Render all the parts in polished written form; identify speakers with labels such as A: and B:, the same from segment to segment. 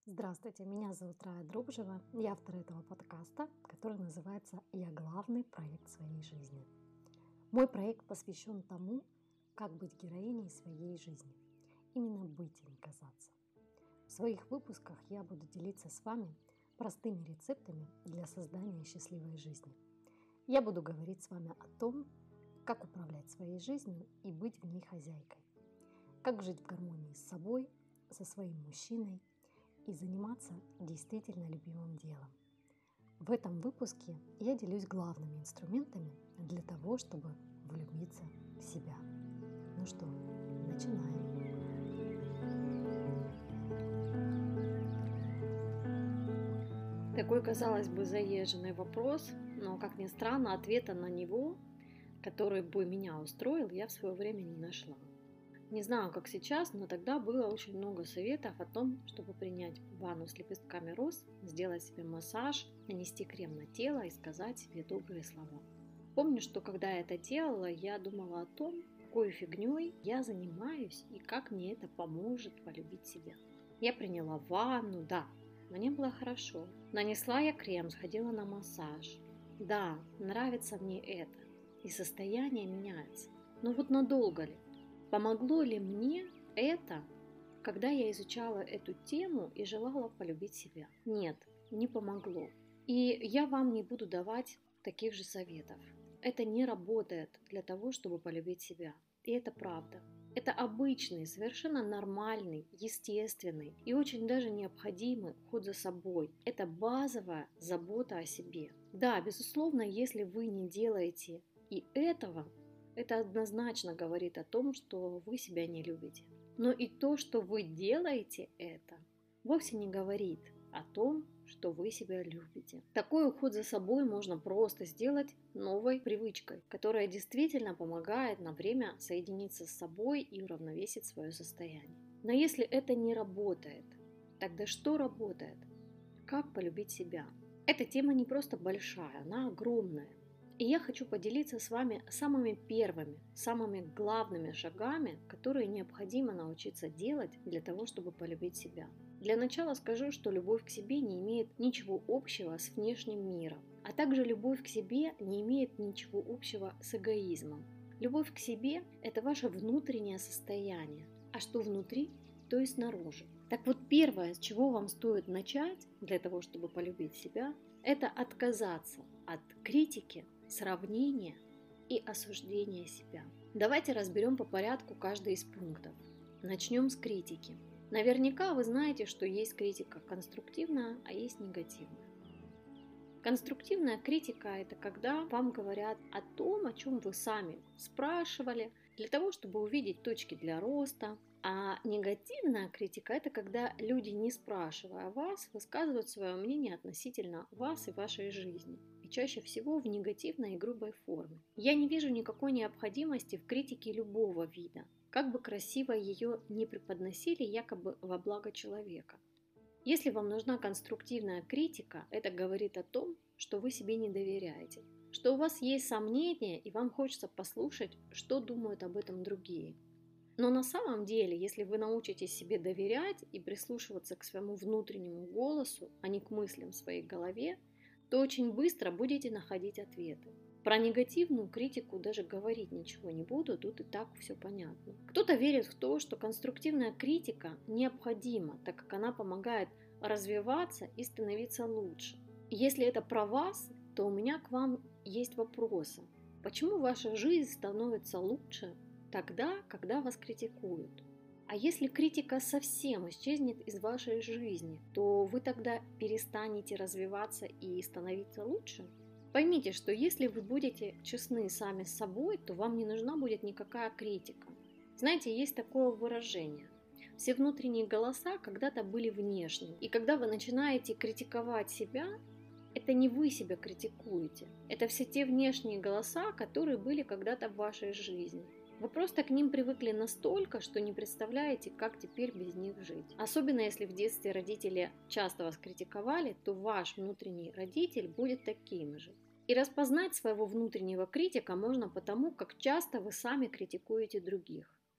A: Здравствуйте, меня зовут Рая Друбжева, я автор этого подкаста, который называется «Я главный проект своей жизни». Мой проект посвящен тому, как быть героиней своей жизни. Именно быть, а не казаться. В своих выпусках я буду делиться с вами простыми рецептами для создания счастливой жизни. Я буду говорить с вами о том, как управлять своей жизнью и быть в ней хозяйкой. Как жить в гармонии с собой, со своим мужчиной и заниматься действительно любимым делом. В этом выпуске я делюсь главными инструментами для того, чтобы влюбиться в себя. Ну что, начинаем.
B: Такой, казалось бы, заезженный вопрос, но, как ни странно, ответа на него, который бы меня устроил, я в свое время не нашла. Не знаю, как сейчас, но тогда было очень много советов о том, чтобы принять ванну с лепестками роз, сделать себе массаж, нанести крем на тело и сказать себе добрые слова. Помню, что когда я это делала, я думала о том, какой фигней я занимаюсь и как мне это поможет полюбить себя. Я приняла ванну, да, мне было хорошо. Нанесла я крем, сходила на массаж. Да, нравится мне это. И состояние меняется. Но вот надолго ли? Помогло ли мне это, когда я изучала эту тему и желала полюбить себя? Нет, не помогло. И я вам не буду давать таких же советов. Это не работает для того, чтобы полюбить себя. И это правда. Это обычный, совершенно нормальный, естественный и очень даже необходимый уход за собой. Это базовая забота о себе. Да, безусловно, если вы не делаете и этого, это однозначно говорит о том, что вы себя не любите. Но и то, что вы делаете это, вовсе не говорит о том, что вы себя любите. Такой уход за собой можно просто сделать новой привычкой, которая действительно помогает на время соединиться с собой и уравновесить свое состояние. Но если это не работает, тогда что работает? Как полюбить себя? Эта тема не просто большая, она огромная. И я хочу поделиться с вами самыми первыми, самыми главными шагами, которые необходимо научиться делать для того, чтобы полюбить себя. Для начала скажу, что любовь к себе не имеет ничего общего с внешним миром, а также любовь к себе не имеет ничего общего с эгоизмом. Любовь к себе – это ваше внутреннее состояние, а что внутри, то и снаружи. Так вот, первое, с чего вам стоит начать для того, чтобы полюбить себя, это отказаться от критики, сравнения и осуждения себя. Давайте разберем по порядку каждый из пунктов. Начнем с критики. Наверняка вы знаете, что есть критика конструктивная, а есть негативная. Конструктивная критика – это когда вам говорят о том, о чем вы сами спрашивали, для того, чтобы увидеть точки для роста. А негативная критика – это когда люди, не спрашивая вас, высказывают свое мнение относительно вас и вашей жизни. И чаще всего в негативной и грубой форме. Я не вижу никакой необходимости в критике любого вида, как бы красиво ее не преподносили якобы во благо человека. Если вам нужна конструктивная критика, это говорит о том, что вы себе не доверяете, что у вас есть сомнения и вам хочется послушать, что думают об этом другие. Но на самом деле, если вы научитесь себе доверять и прислушиваться к своему внутреннему голосу, а не к мыслям в своей голове, то очень быстро будете находить ответы. Про негативную критику даже говорить ничего не буду, тут и так все понятно. Кто-то верит в то, что конструктивная критика необходима, так как она помогает развиваться и становиться лучше. Если это про вас, то у меня к вам есть вопросы. Почему ваша жизнь становится лучше тогда, когда вас критикуют? А если критика совсем исчезнет из вашей жизни, то вы тогда перестанете развиваться и становиться лучше? Поймите, что если вы будете честны сами с собой, то вам не нужна будет никакая критика. Знаете, есть такое выражение. Все внутренние голоса когда-то были внешними. И когда вы начинаете критиковать себя, это не вы себя критикуете. Это все те внешние голоса, которые были когда-то в вашей жизни. Вы просто к ним привыкли настолько, что не представляете, как теперь без них жить. Особенно если в детстве родители часто вас критиковали, то ваш внутренний родитель будет таким же. И распознать своего внутреннего критика можно потому, как часто вы сами критикуете других.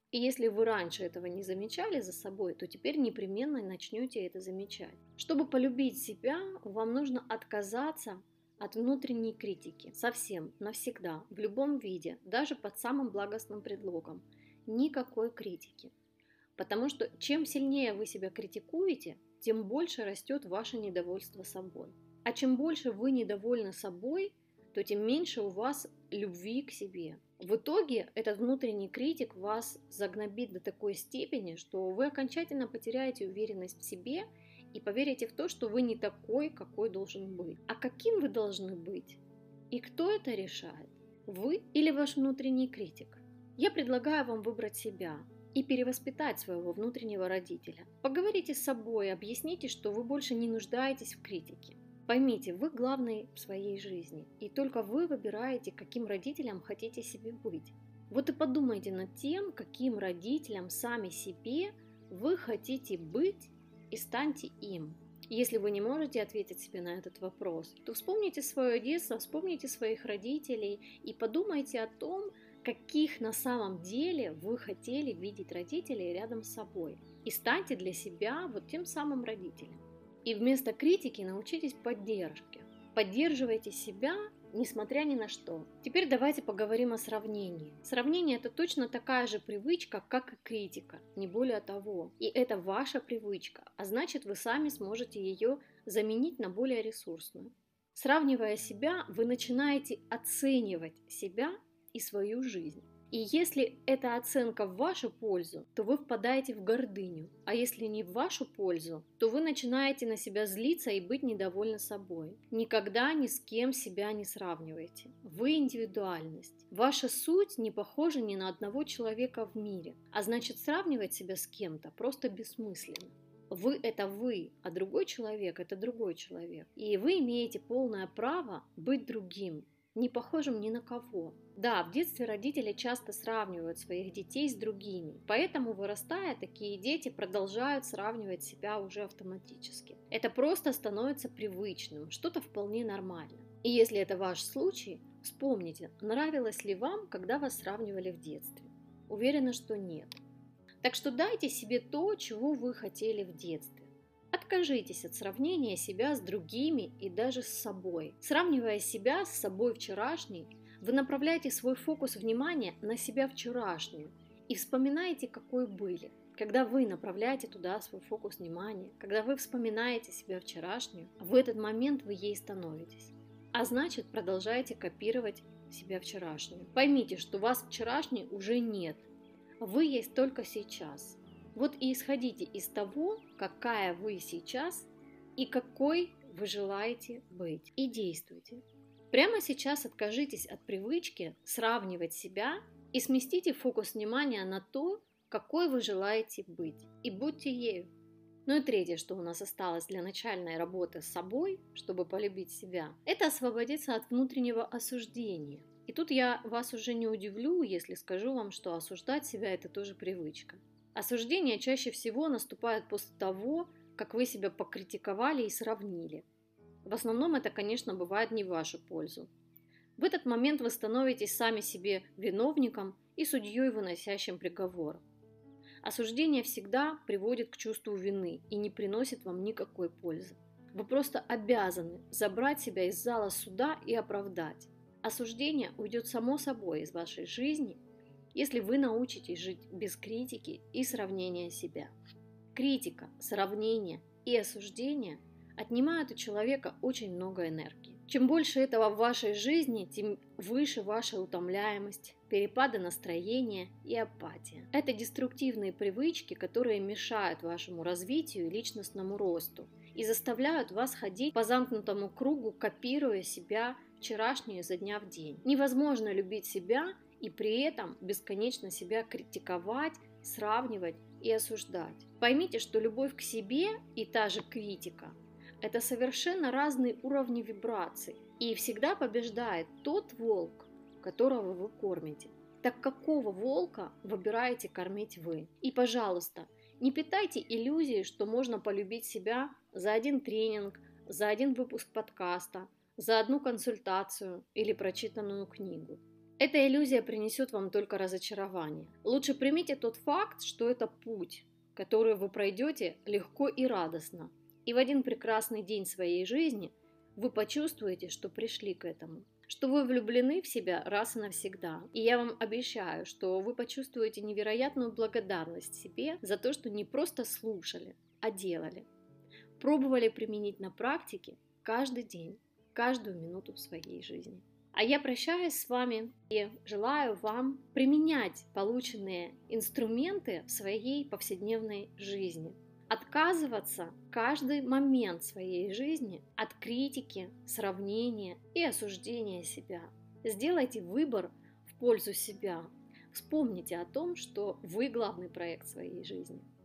B: И если вы раньше этого не замечали за собой, то теперь непременно начнете это замечать. Чтобы полюбить себя, вам нужно отказаться от внутренней критики. Совсем, навсегда, в любом виде, даже под самым благостным предлогом. Никакой критики. Потому что чем сильнее вы себя критикуете, тем больше растет ваше недовольство собой. А чем больше вы недовольны собой, то тем меньше у вас любви к себе. В итоге этот внутренний критик вас загнобит до такой степени, что вы окончательно потеряете уверенность в себе и поверите в то, что вы не такой, какой должен быть. А каким вы должны быть? И кто это решает? Вы или ваш внутренний критик? Я предлагаю вам выбрать себя и перевоспитать своего внутреннего родителя. Поговорите с собой, объясните, что вы больше не нуждаетесь в критике. Поймите, вы главный в своей жизни, и только вы выбираете, каким родителем хотите себе быть. Вот и подумайте над тем, каким родителем сами себе вы хотите быть, и станьте им. Если вы не можете ответить себе на этот вопрос, то вспомните свое детство, вспомните своих родителей и подумайте о том, каких на самом деле вы хотели видеть родителей рядом с собой. И станьте для себя вот тем самым родителем. И вместо критики научитесь поддержке. Поддерживайте себя, несмотря ни на что. Теперь давайте поговорим о сравнении. Сравнение – это точно такая же привычка, как и критика, не более того. И это ваша привычка, а значит, вы сами сможете ее заменить на более ресурсную. Сравнивая себя, вы начинаете оценивать себя и свою жизнь. И если эта оценка в вашу пользу, то вы впадаете в гордыню. А если не в вашу пользу, то вы начинаете на себя злиться и быть недовольны собой. Никогда ни с кем себя не сравнивайте. Вы индивидуальность. Ваша суть не похожа ни на одного человека в мире. А значит, сравнивать себя с кем-то просто бессмысленно. Вы – это вы, а другой человек – это другой человек. И вы имеете полное право быть другим, не похожим ни на кого. Да, в детстве родители часто сравнивают своих детей с другими, поэтому, вырастая, такие дети продолжают сравнивать себя уже автоматически. Это просто становится привычным, что-то вполне нормально. И если это ваш случай, вспомните, нравилось ли вам, когда вас сравнивали в детстве. Уверена, что нет. Так что дайте себе то, чего вы хотели в детстве. Откажитесь от сравнения себя с другими и даже с собой. Сравнивая себя с собой вчерашней, вы направляете свой фокус внимания на себя вчерашнюю и вспоминаете, какой были. Когда вы направляете туда свой фокус внимания, когда вы вспоминаете себя вчерашнюю, в этот момент вы ей становитесь. А значит, продолжаете копировать себя вчерашнюю. Поймите, что вас вчерашней уже нет. Вы есть только сейчас. Вот и исходите из того, какая вы сейчас и какой вы желаете быть. И действуйте. Прямо сейчас откажитесь от привычки сравнивать себя и сместите фокус внимания на то, какой вы желаете быть. И будьте ею. Ну и третье, что у нас осталось для начальной работы с собой, чтобы полюбить себя, это освободиться от внутреннего осуждения. И тут я вас уже не удивлю, если скажу вам, что осуждать себя – это тоже привычка. Осуждение чаще всего наступает после того, как вы себя покритиковали и сравнили. В основном это, конечно, бывает не в вашу пользу. В этот момент вы становитесь сами себе виновником и судьей, выносящим приговор. Осуждение всегда приводит к чувству вины и не приносит вам никакой пользы. Вы просто обязаны забрать себя из зала суда и оправдать. Осуждение уйдет само собой из вашей жизни, если вы научитесь жить без критики и сравнения себя. Критика, сравнение и осуждение отнимают у человека очень много энергии. Чем больше этого в вашей жизни, тем выше ваша утомляемость, перепады настроения и апатия. Это деструктивные привычки, которые мешают вашему развитию и личностному росту и заставляют вас ходить по замкнутому кругу, копируя себя вчерашнюю изо дня в день. Невозможно любить себя и при этом бесконечно себя критиковать, сравнивать и осуждать. Поймите, что любовь к себе и та же критика – это совершенно разные уровни вибраций, и всегда побеждает тот волк, которого вы кормите. Так какого волка выбираете кормить вы? И, пожалуйста, не питайте иллюзии, что можно полюбить себя за один тренинг, за один выпуск подкаста, за одну консультацию или прочитанную книгу. Эта иллюзия принесет вам только разочарование. Лучше примите тот факт, что это путь, который вы пройдете легко и радостно. И в один прекрасный день своей жизни вы почувствуете, что пришли к этому, что вы влюблены в себя раз и навсегда. И я вам обещаю, что вы почувствуете невероятную благодарность себе за то, что не просто слушали, а делали. Пробовали применить на практике каждый день, каждую минуту в своей жизни. А я прощаюсь с вами и желаю вам применять полученные инструменты в своей повседневной жизни. Отказываться каждый момент своей жизни от критики, сравнения и осуждения себя. Сделайте выбор в пользу себя. Вспомните о том, что вы главный проект своей жизни.